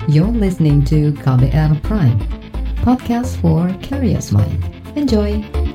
You're listening to KBR Prime, podcast for curious mind. Enjoy!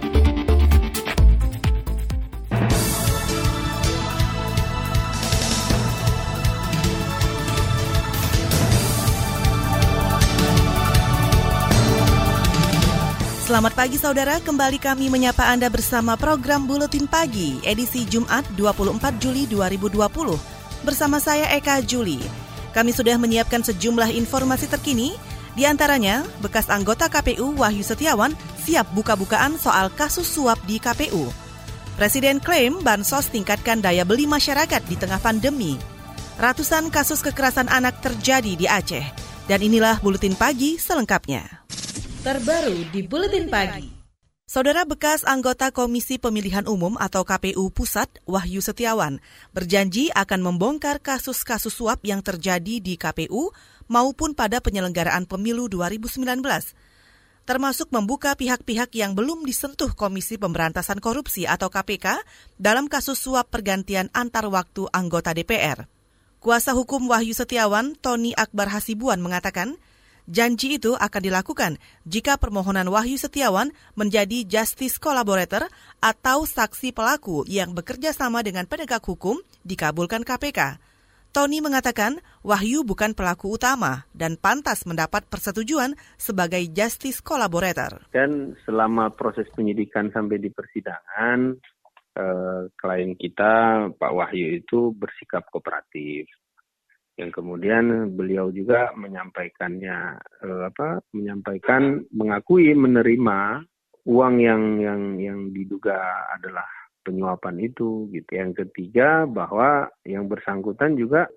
Selamat pagi saudara, kembali kami menyapa Anda bersama program Buletin Pagi, edisi Jumat 24 Juli 2020. Bersama saya Eka Juli. Kami sudah menyiapkan sejumlah informasi terkini, di antaranya bekas anggota KPU Wahyu Setiawan siap buka-bukaan soal kasus suap di KPU. Presiden klaim Bansos tingkatkan daya beli masyarakat di tengah pandemi. Ratusan kasus kekerasan anak terjadi di Aceh. Dan inilah Buletin Pagi selengkapnya. Terbaru di Buletin Pagi. Saudara bekas anggota Komisi Pemilihan Umum atau KPU Pusat, Wahyu Setiawan, berjanji akan membongkar kasus-kasus suap yang terjadi di KPU maupun pada penyelenggaraan pemilu 2019, termasuk membuka pihak-pihak yang belum disentuh Komisi Pemberantasan Korupsi atau KPK dalam kasus suap pergantian antar waktu anggota DPR. Kuasa hukum Wahyu Setiawan, Tony Akbar Hasibuan, mengatakan, janji itu akan dilakukan jika permohonan Wahyu Setiawan menjadi justice collaborator atau saksi pelaku yang bekerja sama dengan penegak hukum dikabulkan KPK. Tony mengatakan Wahyu bukan pelaku utama dan pantas mendapat persetujuan sebagai justice collaborator. Dan selama proses penyidikan sampai di persidangan, klien kita Pak Wahyu itu bersikap kooperatif. Yang kemudian beliau juga menyampaikan mengakui menerima uang yang diduga adalah penyuapan itu gitu. Yang ketiga bahwa yang bersangkutan juga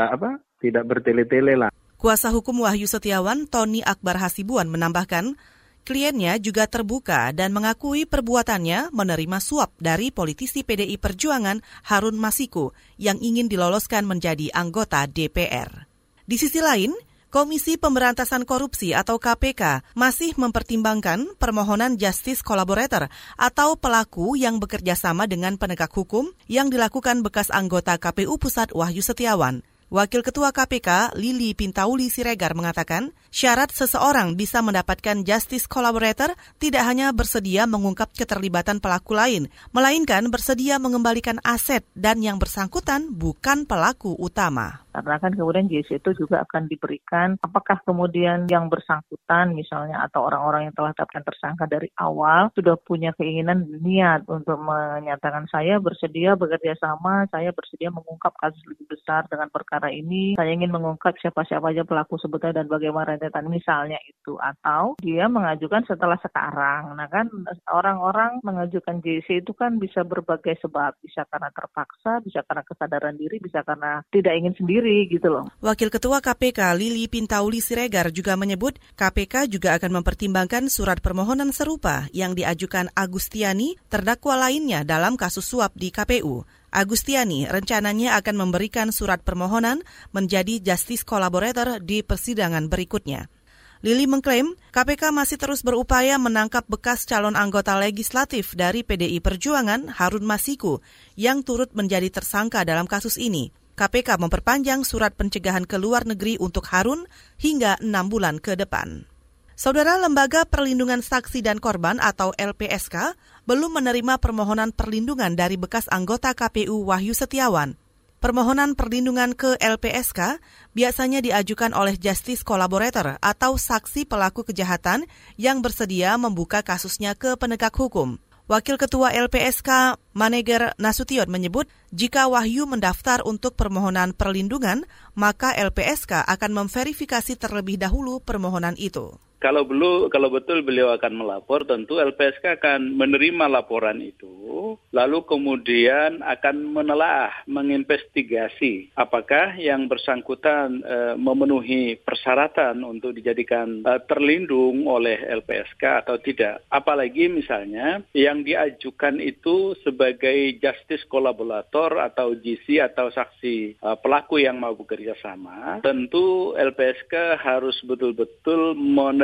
tidak bertele-tele lah. Kuasa hukum Wahyu Setiawan, Tony Akbar Hasibuan, menambahkan kliennya juga terbuka dan mengakui perbuatannya menerima suap dari politisi PDI Perjuangan Harun Masiku yang ingin diloloskan menjadi anggota DPR. Di sisi lain, Komisi Pemberantasan Korupsi atau KPK masih mempertimbangkan permohonan justice collaborator atau pelaku yang bekerja sama dengan penegak hukum yang dilakukan bekas anggota KPU Pusat Wahyu Setiawan. Wakil Ketua KPK, Lili Pintauli Siregar, mengatakan syarat seseorang bisa mendapatkan justice collaborator tidak hanya bersedia mengungkap keterlibatan pelaku lain, melainkan bersedia mengembalikan aset dan yang bersangkutan bukan pelaku utama. Karena kan kemudian JC itu juga akan diberikan apakah kemudian yang bersangkutan misalnya atau orang-orang yang telah ditetapkan tersangka dari awal sudah punya keinginan niat untuk menyatakan saya bersedia bekerja sama, saya bersedia mengungkap kasus lebih besar dengan perkara ini, saya ingin mengungkap siapa-siapa aja pelaku sebetulnya dan bagaimana rentetan misalnya itu, atau dia mengajukan setelah sekarang. Nah kan orang-orang mengajukan JC itu kan bisa berbagai sebab, bisa karena terpaksa, bisa karena kesadaran diri, bisa karena tidak ingin sendiri. Gitu loh. Wakil Ketua KPK Lili Pintauli Siregar juga menyebut KPK juga akan mempertimbangkan surat permohonan serupa yang diajukan Agustiani terdakwa lainnya dalam kasus suap di KPU. Agustiani rencananya akan memberikan surat permohonan menjadi justice collaborator di persidangan berikutnya. Lili mengklaim KPK masih terus berupaya menangkap bekas calon anggota legislatif dari PDI Perjuangan Harun Masiku yang turut menjadi tersangka dalam kasus ini. KPK memperpanjang surat pencegahan ke luar negeri untuk Harun hingga 6 bulan ke depan. Saudara, Lembaga Perlindungan Saksi dan Korban atau LPSK belum menerima permohonan perlindungan dari bekas anggota KPU Wahyu Setiawan. Permohonan perlindungan ke LPSK biasanya diajukan oleh justice collaborator atau saksi pelaku kejahatan yang bersedia membuka kasusnya ke penegak hukum. Wakil Ketua LPSK Maneger Nasution menyebut jika Wahyu mendaftar untuk permohonan perlindungan, maka LPSK akan memverifikasi terlebih dahulu permohonan itu. Kalau betul beliau akan melapor, tentu LPSK akan menerima laporan itu, lalu kemudian akan menelaah, menginvestigasi apakah yang bersangkutan memenuhi persyaratan untuk dijadikan terlindung oleh LPSK atau tidak. Apalagi misalnya yang diajukan itu sebagai justice collaborator atau GC atau saksi pelaku yang mau bekerja sama, tentu LPSK harus betul-betul meneliti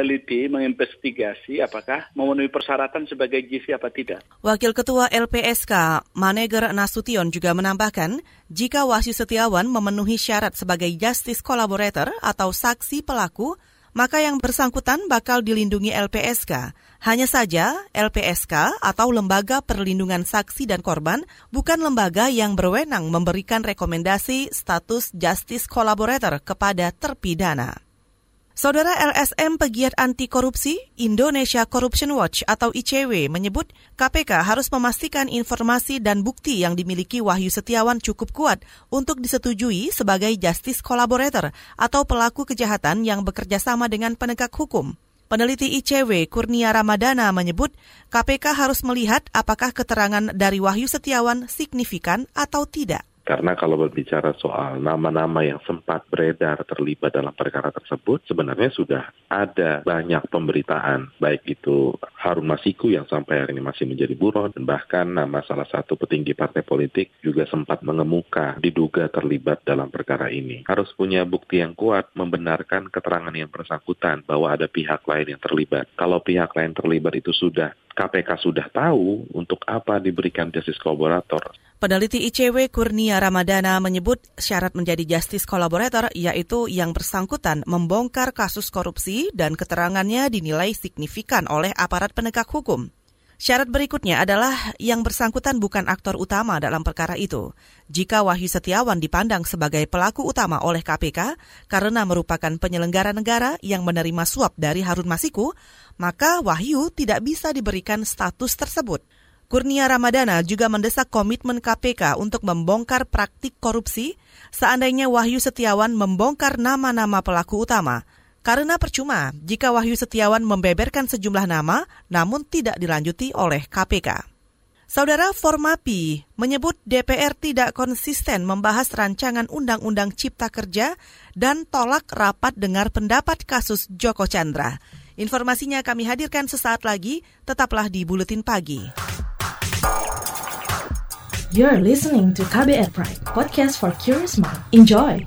meneliti, menginvestigasi apakah memenuhi persyaratan sebagai gizi apa tidak. Wakil Ketua LPSK, Maneger Nasution juga menambahkan, jika Wahyu Setiawan memenuhi syarat sebagai justice collaborator atau saksi pelaku, maka yang bersangkutan bakal dilindungi LPSK. Hanya saja, LPSK atau Lembaga Perlindungan Saksi dan Korban bukan lembaga yang berwenang memberikan rekomendasi status justice collaborator kepada terpidana. Saudara, LSM Pegiat Anti Korupsi Indonesia Corruption Watch atau ICW menyebut KPK harus memastikan informasi dan bukti yang dimiliki Wahyu Setiawan cukup kuat untuk disetujui sebagai justice collaborator atau pelaku kejahatan yang bekerja sama dengan penegak hukum. Peneliti ICW Kurnia Ramadana menyebut KPK harus melihat apakah keterangan dari Wahyu Setiawan signifikan atau tidak. Karena kalau berbicara soal nama-nama yang sempat beredar terlibat dalam perkara tersebut, sebenarnya sudah ada banyak pemberitaan, baik itu Harun Masiku yang sampai hari ini masih menjadi buron, dan bahkan nama salah satu petinggi partai politik juga sempat mengemuka diduga terlibat dalam perkara ini. Harus punya bukti yang kuat membenarkan keterangan yang bersangkutan bahwa ada pihak lain yang terlibat. Kalau pihak lain terlibat itu KPK sudah tahu untuk apa diberikan justice collaborator. Peneliti ICW Kurnia Ramadana menyebut syarat menjadi justice collaborator yaitu yang bersangkutan membongkar kasus korupsi dan keterangannya dinilai signifikan oleh aparat penegak hukum. Syarat berikutnya adalah yang bersangkutan bukan aktor utama dalam perkara itu. Jika Wahyu Setiawan dipandang sebagai pelaku utama oleh KPK karena merupakan penyelenggara negara yang menerima suap dari Harun Masiku, maka Wahyu tidak bisa diberikan status tersebut. Kurnia Ramadana juga mendesak komitmen KPK untuk membongkar praktik korupsi seandainya Wahyu Setiawan membongkar nama-nama pelaku utama. Karena percuma jika Wahyu Setiawan membeberkan sejumlah nama namun tidak dilanjuti oleh KPK. Saudara, Formapi menyebut DPR tidak konsisten membahas rancangan Undang-Undang Cipta Kerja dan tolak rapat dengar pendapat kasus Joko Chandra. Informasinya kami hadirkan sesaat lagi, tetaplah di Buletin Pagi. You're listening to KBR Pride, podcast for curious mind. Enjoy!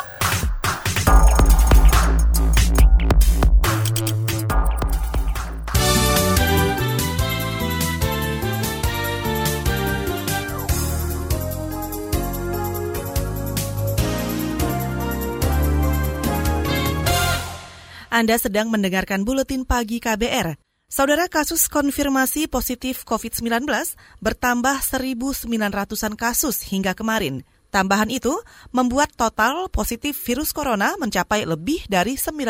Anda sedang mendengarkan Buletin Pagi KBR. Saudara, kasus konfirmasi positif COVID-19 bertambah 1.900-an kasus hingga kemarin. Tambahan itu membuat total positif virus corona mencapai lebih dari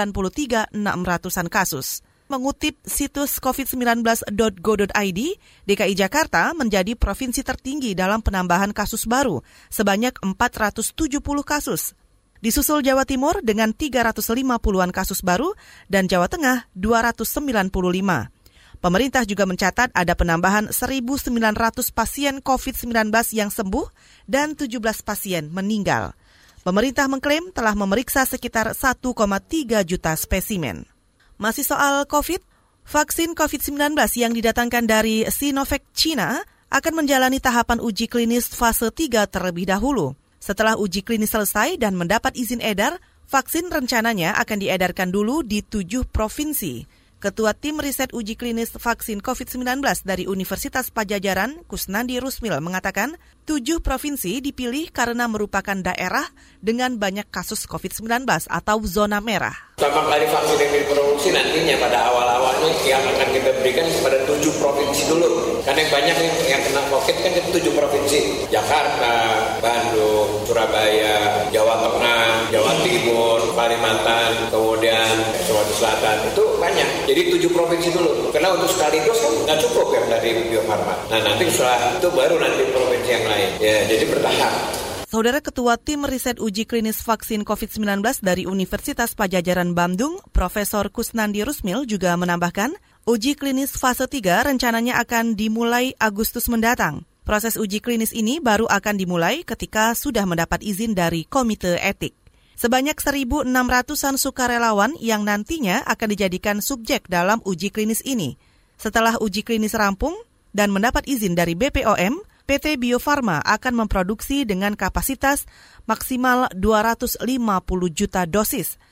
93.600-an kasus. Mengutip situs covid19.go.id, DKI Jakarta menjadi provinsi tertinggi dalam penambahan kasus baru, sebanyak 470 kasus. Disusul Jawa Timur dengan 350-an kasus baru dan Jawa Tengah 295. Pemerintah juga mencatat ada penambahan 1.900 pasien COVID-19 yang sembuh dan 17 pasien meninggal. Pemerintah mengklaim telah memeriksa sekitar 1,3 juta spesimen. Masih soal COVID, vaksin COVID-19 yang didatangkan dari Sinovac China akan menjalani tahapan uji klinis fase 3 terlebih dahulu. Setelah uji klinis selesai dan mendapat izin edar, vaksin rencananya akan diedarkan dulu di 7 provinsi. Ketua Tim Riset Uji Klinis Vaksin COVID-19 dari Universitas Padjadjaran, Kusnandi Rusmil, mengatakan 7 provinsi dipilih karena merupakan daerah dengan banyak kasus COVID-19 atau zona merah. Pertama kali vaksin yang diproduksi nantinya pada awal-awalnya yang akan kita berikan kepada 7 provinsi dulu. Karena yang banyak yang kena COVID kan itu 7 provinsi. Jakarta, Bandung, Surabaya, Jawa Tengah, Jawa Timur, Kalimantan, kemudian Sulawesi Selatan. Itu banyak. Jadi 7 provinsi dulu. Karena untuk sekaligus kan nggak cukup yang dari Bio Farma. Nah nanti setelah itu baru nanti provinsi yang lain. Ya, jadi bertahap. Saudara, Ketua Tim Riset Uji Klinis Vaksin COVID-19 dari Universitas Padjadjaran Bandung, Profesor Kusnandi Rusmil juga menambahkan, uji klinis fase 3 rencananya akan dimulai Agustus mendatang. Proses uji klinis ini baru akan dimulai ketika sudah mendapat izin dari Komite Etik. Sebanyak 1.600-an sukarelawan yang nantinya akan dijadikan subjek dalam uji klinis ini. Setelah uji klinis rampung dan mendapat izin dari BPOM, PT Bio Farma akan memproduksi dengan kapasitas maksimal 250 juta dosis.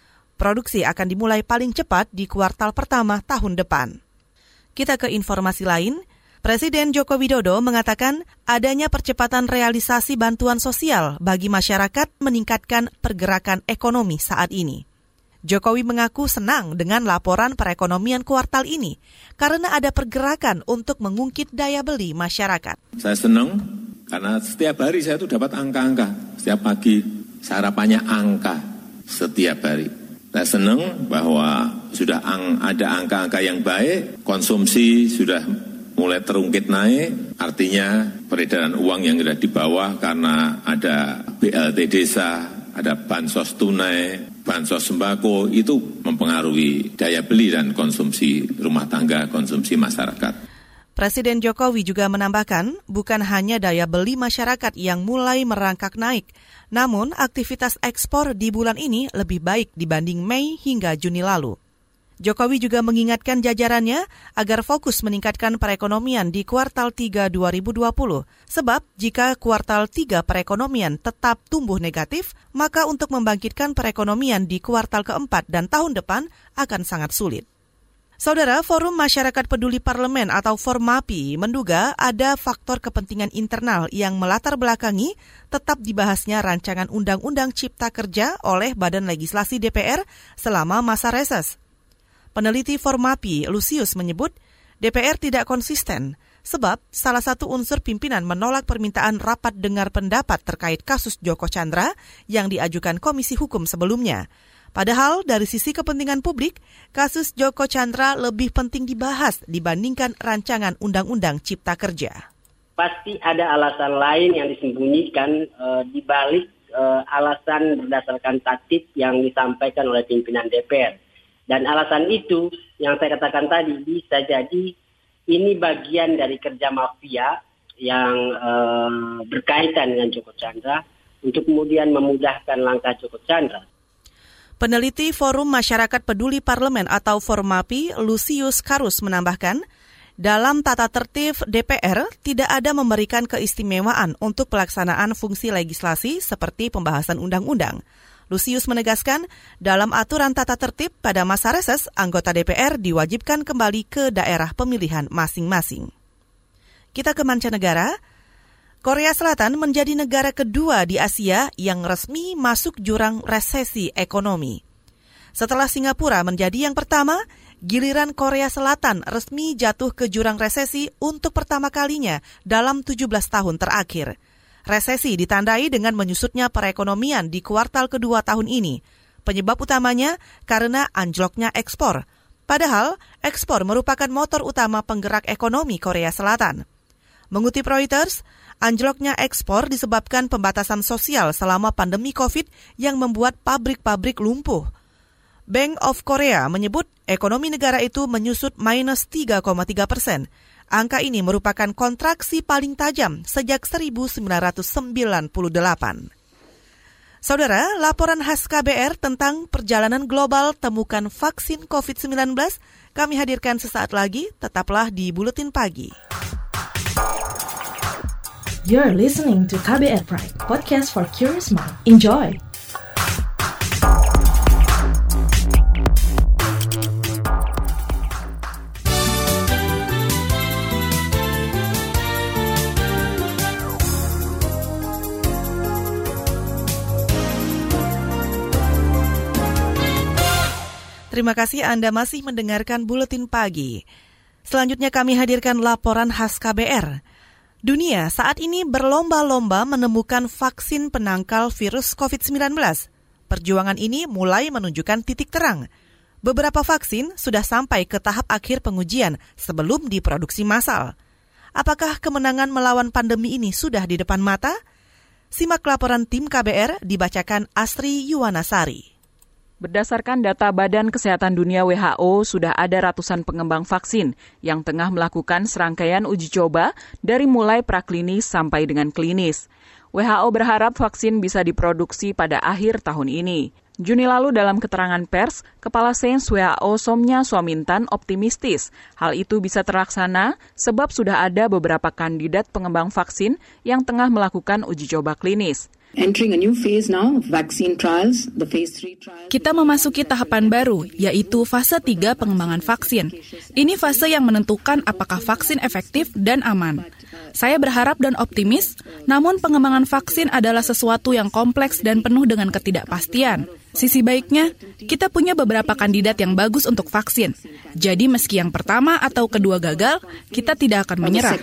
produksi akan dimulai paling cepat di kuartal pertama tahun depan. Kita ke informasi lain. Presiden Joko Widodo mengatakan adanya percepatan realisasi bantuan sosial bagi masyarakat meningkatkan pergerakan ekonomi saat ini. Jokowi mengaku senang dengan laporan perekonomian kuartal ini karena ada pergerakan untuk mengungkit daya beli masyarakat. Saya senang karena setiap hari saya tuh dapat angka-angka. Setiap pagi sarapannya angka setiap hari. Saya senang bahwa sudah ada angka-angka yang baik, konsumsi sudah mulai terungkit naik, artinya peredaran uang yang ada di bawah karena ada BLT desa, ada bansos tunai, bansos sembako, itu mempengaruhi daya beli dan konsumsi rumah tangga, konsumsi masyarakat. Presiden Jokowi juga menambahkan, bukan hanya daya beli masyarakat yang mulai merangkak naik, namun aktivitas ekspor di bulan ini lebih baik dibanding Mei hingga Juni lalu. Jokowi juga mengingatkan jajarannya agar fokus meningkatkan perekonomian di kuartal 3 2020. Sebab jika kuartal 3 perekonomian tetap tumbuh negatif, maka untuk membangkitkan perekonomian di kuartal keempat dan tahun depan akan sangat sulit. Saudara, Forum Masyarakat Peduli Parlemen atau Formapi menduga ada faktor kepentingan internal yang melatar belakangi tetap dibahasnya rancangan Undang-Undang Cipta Kerja oleh Badan Legislasi DPR selama masa reses. Peneliti Formapi, Lusius, menyebut DPR tidak konsisten sebab salah satu unsur pimpinan menolak permintaan rapat dengar pendapat terkait kasus Joko Chandra yang diajukan Komisi Hukum sebelumnya. Padahal dari sisi kepentingan publik, kasus Joko Chandra lebih penting dibahas dibandingkan rancangan Undang-Undang Cipta Kerja. Pasti ada alasan lain yang disembunyikan di balik alasan berdasarkan tatip yang disampaikan oleh pimpinan DPR. Dan alasan itu yang saya katakan tadi bisa jadi ini bagian dari kerja mafia yang berkaitan dengan Joko Chandra untuk kemudian memudahkan langkah Joko Chandra. Peneliti Forum Masyarakat Peduli Parlemen atau Formapi, Lusius Karus menambahkan, dalam tata tertib DPR tidak ada memberikan keistimewaan untuk pelaksanaan fungsi legislasi seperti pembahasan undang-undang. Lusius menegaskan, dalam aturan tata tertib pada masa reses, anggota DPR diwajibkan kembali ke daerah pemilihan masing-masing. Kita ke mancanegara. Korea Selatan menjadi negara kedua di Asia yang resmi masuk jurang resesi ekonomi. Setelah Singapura menjadi yang pertama, giliran Korea Selatan resmi jatuh ke jurang resesi untuk pertama kalinya dalam 17 tahun terakhir. Resesi ditandai dengan menyusutnya perekonomian di kuartal kedua tahun ini. Penyebab utamanya karena anjloknya ekspor. Padahal, ekspor merupakan motor utama penggerak ekonomi Korea Selatan. Mengutip Reuters, anjloknya ekspor disebabkan pembatasan sosial selama pandemi COVID yang membuat pabrik-pabrik lumpuh. Bank of Korea menyebut ekonomi negara itu menyusut minus 3,3%. Angka ini merupakan kontraksi paling tajam sejak 1998. Saudara, laporan khas KBR tentang perjalanan global temukan vaksin COVID-19 kami hadirkan sesaat lagi, tetaplah di Buletin Pagi. You're listening to KBR Pride, podcast for curious mind. Enjoy! Terima kasih Anda masih mendengarkan Buletin Pagi. Selanjutnya kami hadirkan laporan khas KBR. Dunia saat ini berlomba-lomba menemukan vaksin penangkal virus COVID-19. Perjuangan ini mulai menunjukkan titik terang. Beberapa vaksin sudah sampai ke tahap akhir pengujian sebelum diproduksi massal. Apakah kemenangan melawan pandemi ini sudah di depan mata? Simak laporan tim KBR dibacakan Asri Yuwanasari. Berdasarkan data Badan Kesehatan Dunia WHO, sudah ada ratusan pengembang vaksin yang tengah melakukan serangkaian uji coba dari mulai praklinis sampai dengan klinis. WHO berharap vaksin bisa diproduksi pada akhir tahun ini. Juni lalu dalam keterangan pers, Kepala Sains WHO Somnya Swamintan optimistis hal itu bisa terlaksana sebab sudah ada beberapa kandidat pengembang vaksin yang tengah melakukan uji coba klinis. Entering a new phase now of vaccine trials, the phase 3 trials. Kita memasuki tahapan baru, yaitu fase 3 pengembangan vaksin. Ini fase yang menentukan apakah vaksin efektif dan aman. Saya berharap dan optimis, namun pengembangan vaksin adalah sesuatu yang kompleks dan penuh dengan ketidakpastian. Sisi baiknya, kita punya beberapa kandidat yang bagus untuk vaksin. Jadi meski yang pertama atau kedua gagal, kita tidak akan menyerah.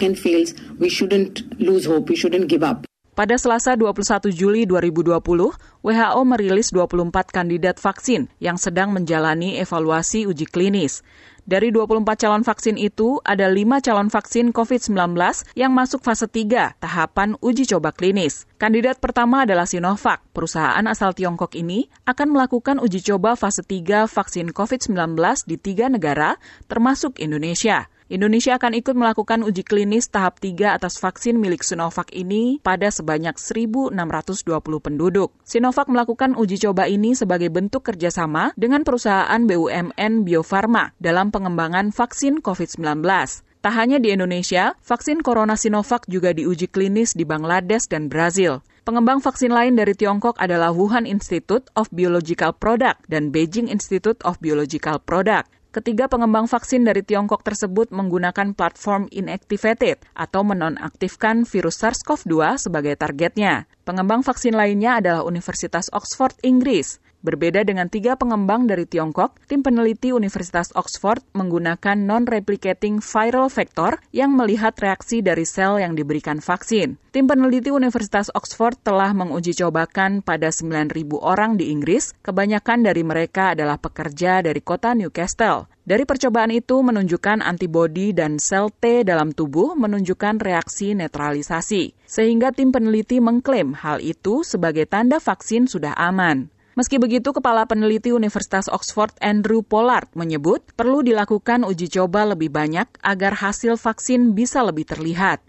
Pada Selasa 21 Juli 2020, WHO merilis 24 kandidat vaksin yang sedang menjalani evaluasi uji klinis. Dari 24 calon vaksin itu, ada 5 calon vaksin COVID-19 yang masuk fase 3, tahapan uji coba klinis. Kandidat pertama adalah Sinovac. Perusahaan asal Tiongkok ini akan melakukan uji coba fase 3 vaksin COVID-19 di 3 negara, termasuk Indonesia. Indonesia akan ikut melakukan uji klinis tahap 3 atas vaksin milik Sinovac ini pada sebanyak 1.620 penduduk. Sinovac melakukan uji coba ini sebagai bentuk kerjasama dengan perusahaan BUMN Bio Farma dalam pengembangan vaksin COVID-19. Tak hanya di Indonesia, vaksin corona Sinovac juga diuji klinis di Bangladesh dan Brazil. Pengembang vaksin lain dari Tiongkok adalah Wuhan Institute of Biological Product dan Beijing Institute of Biological Product. Ketiga pengembang vaksin dari Tiongkok tersebut menggunakan platform inactivated atau menonaktifkan virus SARS-CoV-2 sebagai targetnya. Pengembang vaksin lainnya adalah Universitas Oxford, Inggris. Berbeda dengan 3 pengembang dari Tiongkok, tim peneliti Universitas Oxford menggunakan non-replicating viral vector yang melihat reaksi dari sel yang diberikan vaksin. Tim peneliti Universitas Oxford telah menguji cobakan pada 9.000 orang di Inggris, kebanyakan dari mereka adalah pekerja dari kota Newcastle. Dari percobaan itu menunjukkan antibodi dan sel T dalam tubuh menunjukkan reaksi netralisasi, sehingga tim peneliti mengklaim hal itu sebagai tanda vaksin sudah aman. Meski begitu, Kepala Peneliti Universitas Oxford Andrew Pollard menyebut perlu dilakukan uji coba lebih banyak agar hasil vaksin bisa lebih terlihat.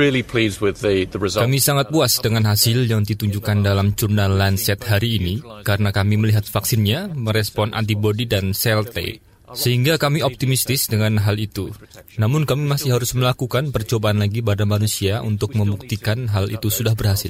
Kami sangat puas dengan hasil yang ditunjukkan dalam jurnal Lancet hari ini karena kami melihat vaksinnya merespon antibodi dan sel T. Sehingga kami optimistis dengan hal itu. Namun kami masih harus melakukan percobaan lagi pada manusia untuk membuktikan hal itu sudah berhasil.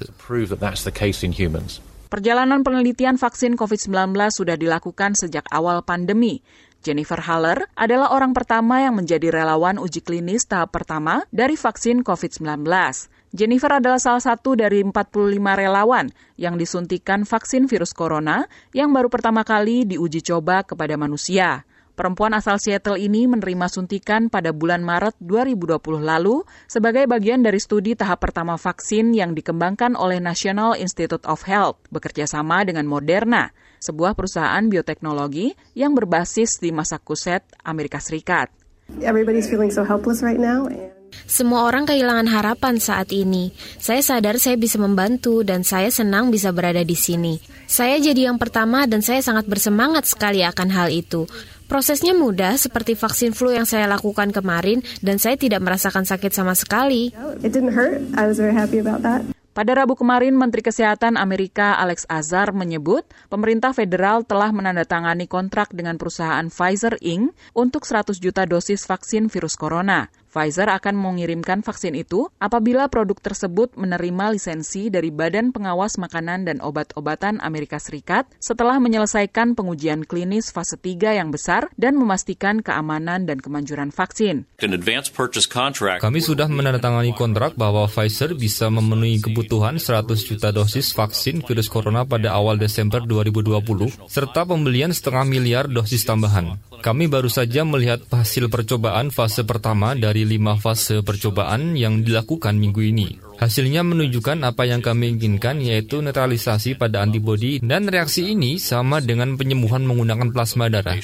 Perjalanan penelitian vaksin COVID-19 sudah dilakukan sejak awal pandemi. Jennifer Haller adalah orang pertama yang menjadi relawan uji klinis tahap pertama dari vaksin COVID-19. Jennifer adalah salah satu dari 45 relawan yang disuntikan vaksin virus corona yang baru pertama kali diuji coba kepada manusia. Perempuan asal Seattle ini menerima suntikan pada bulan Maret 2020 lalu sebagai bagian dari studi tahap pertama vaksin yang dikembangkan oleh National Institute of Health bekerjasama dengan Moderna, sebuah perusahaan bioteknologi yang berbasis di Massachusetts, Amerika Serikat. Everybody's feeling so helpless right now. Semua orang kehilangan harapan saat ini. Saya sadar saya bisa membantu dan saya senang bisa berada di sini. Saya jadi yang pertama dan saya sangat bersemangat sekali akan hal itu. Prosesnya mudah seperti vaksin flu yang saya lakukan kemarin dan saya tidak merasakan sakit sama sekali. It didn't hurt. I was very happy about that. Pada Rabu kemarin, Menteri Kesehatan Amerika Alex Azar menyebut pemerintah federal telah menandatangani kontrak dengan perusahaan Pfizer Inc. untuk 100 juta dosis vaksin virus corona. Pfizer akan mengirimkan vaksin itu apabila produk tersebut menerima lisensi dari Badan Pengawas Makanan dan Obat-obatan Amerika Serikat setelah menyelesaikan pengujian klinis fase 3 yang besar dan memastikan keamanan dan kemanjuran vaksin. Kami sudah menandatangani kontrak bahwa Pfizer bisa memenuhi kebutuhan 100 juta dosis vaksin virus corona pada awal Desember 2020, serta pembelian 500 miliar dosis tambahan. Kami baru saja melihat hasil percobaan fase pertama dari 5 fase percobaan yang dilakukan minggu ini. Hasilnya menunjukkan apa yang kami inginkan, yaitu netralisasi pada antibodi, dan reaksi ini sama dengan penyembuhan menggunakan plasma darah.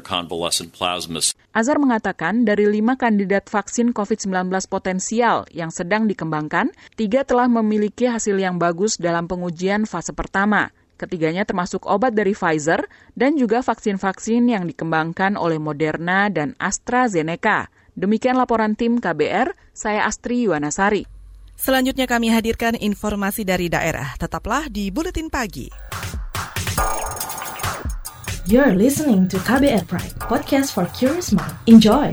Azar mengatakan dari 5 kandidat vaksin COVID-19 potensial yang sedang dikembangkan, 3 telah memiliki hasil yang bagus dalam pengujian fase pertama. Ketiganya termasuk obat dari Pfizer dan juga vaksin-vaksin yang dikembangkan oleh Moderna dan AstraZeneca. Demikian laporan tim KBR, saya Astri Yuwanasari. Selanjutnya kami hadirkan informasi dari daerah. Tetaplah di Buletin Pagi. You're listening to KBR Pride, podcast for curious mind. Enjoy!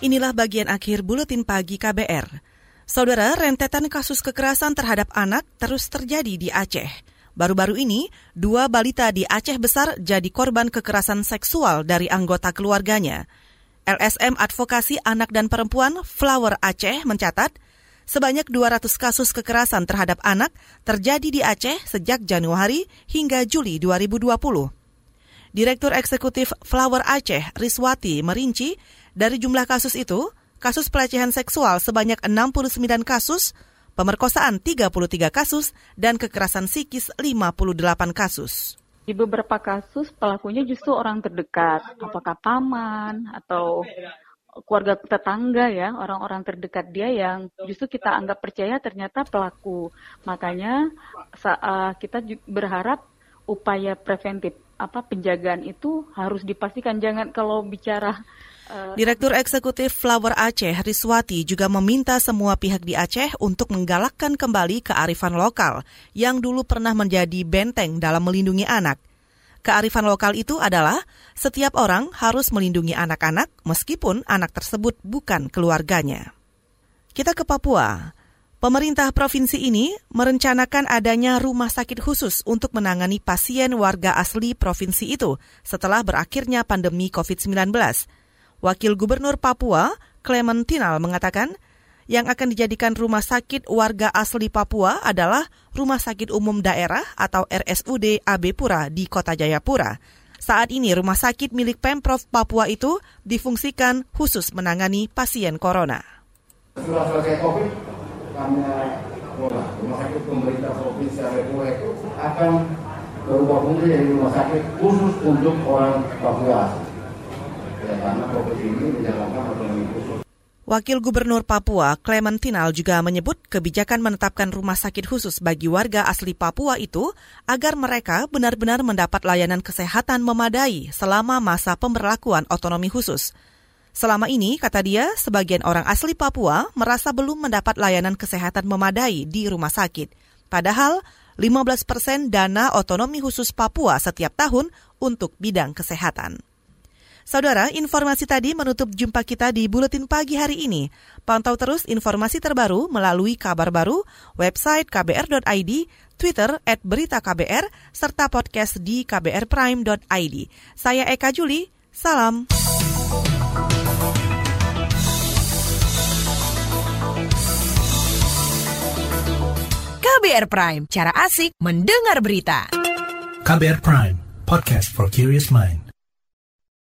Inilah bagian akhir Buletin Pagi KBR. Saudara, rentetan kasus kekerasan terhadap anak terus terjadi di Aceh. Baru-baru ini, 2 balita di Aceh Besar jadi korban kekerasan seksual dari anggota keluarganya. LSM Advokasi Anak dan Perempuan Flower Aceh mencatat, sebanyak 200 kasus kekerasan terhadap anak terjadi di Aceh sejak Januari hingga Juli 2020. Direktur Eksekutif Flower Aceh, Riswati, merinci, dari jumlah kasus itu, kasus pelecehan seksual sebanyak 69 kasus, pemerkosaan 33 kasus, dan kekerasan psikis 58 kasus. Di beberapa kasus pelakunya justru orang terdekat, apakah paman atau keluarga tetangga ya, orang-orang terdekat dia yang justru kita anggap percaya ternyata pelaku. Makanya kita berharap upaya preventif, penjagaan itu harus dipastikan. Jangan kalau bicara Direktur Eksekutif Flower Aceh, Riswati, juga meminta semua pihak di Aceh untuk menggalakkan kembali kearifan lokal yang dulu pernah menjadi benteng dalam melindungi anak. Kearifan lokal itu adalah setiap orang harus melindungi anak-anak meskipun anak tersebut bukan keluarganya. Kita ke Papua. Pemerintah provinsi ini merencanakan adanya rumah sakit khusus untuk menangani pasien warga asli provinsi itu setelah berakhirnya pandemi COVID-19. Wakil Gubernur Papua, Clement Tinal, mengatakan yang akan dijadikan rumah sakit warga asli Papua adalah Rumah Sakit Umum Daerah atau RSUD AB Pura di Kota Jayapura. Saat ini rumah sakit milik Pemprov Papua itu difungsikan khusus menangani pasien corona. Setelah selesai COVID, rumah sakit pemerintah Provinsi AB Pura itu akan berubah fungsi dari rumah sakit khusus untuk orang Papua. Wakil Gubernur Papua, Clement Tinal, juga menyebut kebijakan menetapkan rumah sakit khusus bagi warga asli Papua itu agar mereka benar-benar mendapat layanan kesehatan memadai selama masa pemberlakuan otonomi khusus. Selama ini, kata dia, sebagian orang asli Papua merasa belum mendapat layanan kesehatan memadai di rumah sakit. Padahal, 15% dana otonomi khusus Papua setiap tahun untuk bidang kesehatan. Saudara, informasi tadi menutup jumpa kita di Buletin Pagi hari ini. Pantau terus informasi terbaru melalui kabar baru, website kbr.id, Twitter @beritaKBR, serta podcast di kbrprime.id. Saya Eka Juli, salam. KBR Prime, cara asik mendengar berita. KBR Prime, podcast for curious mind.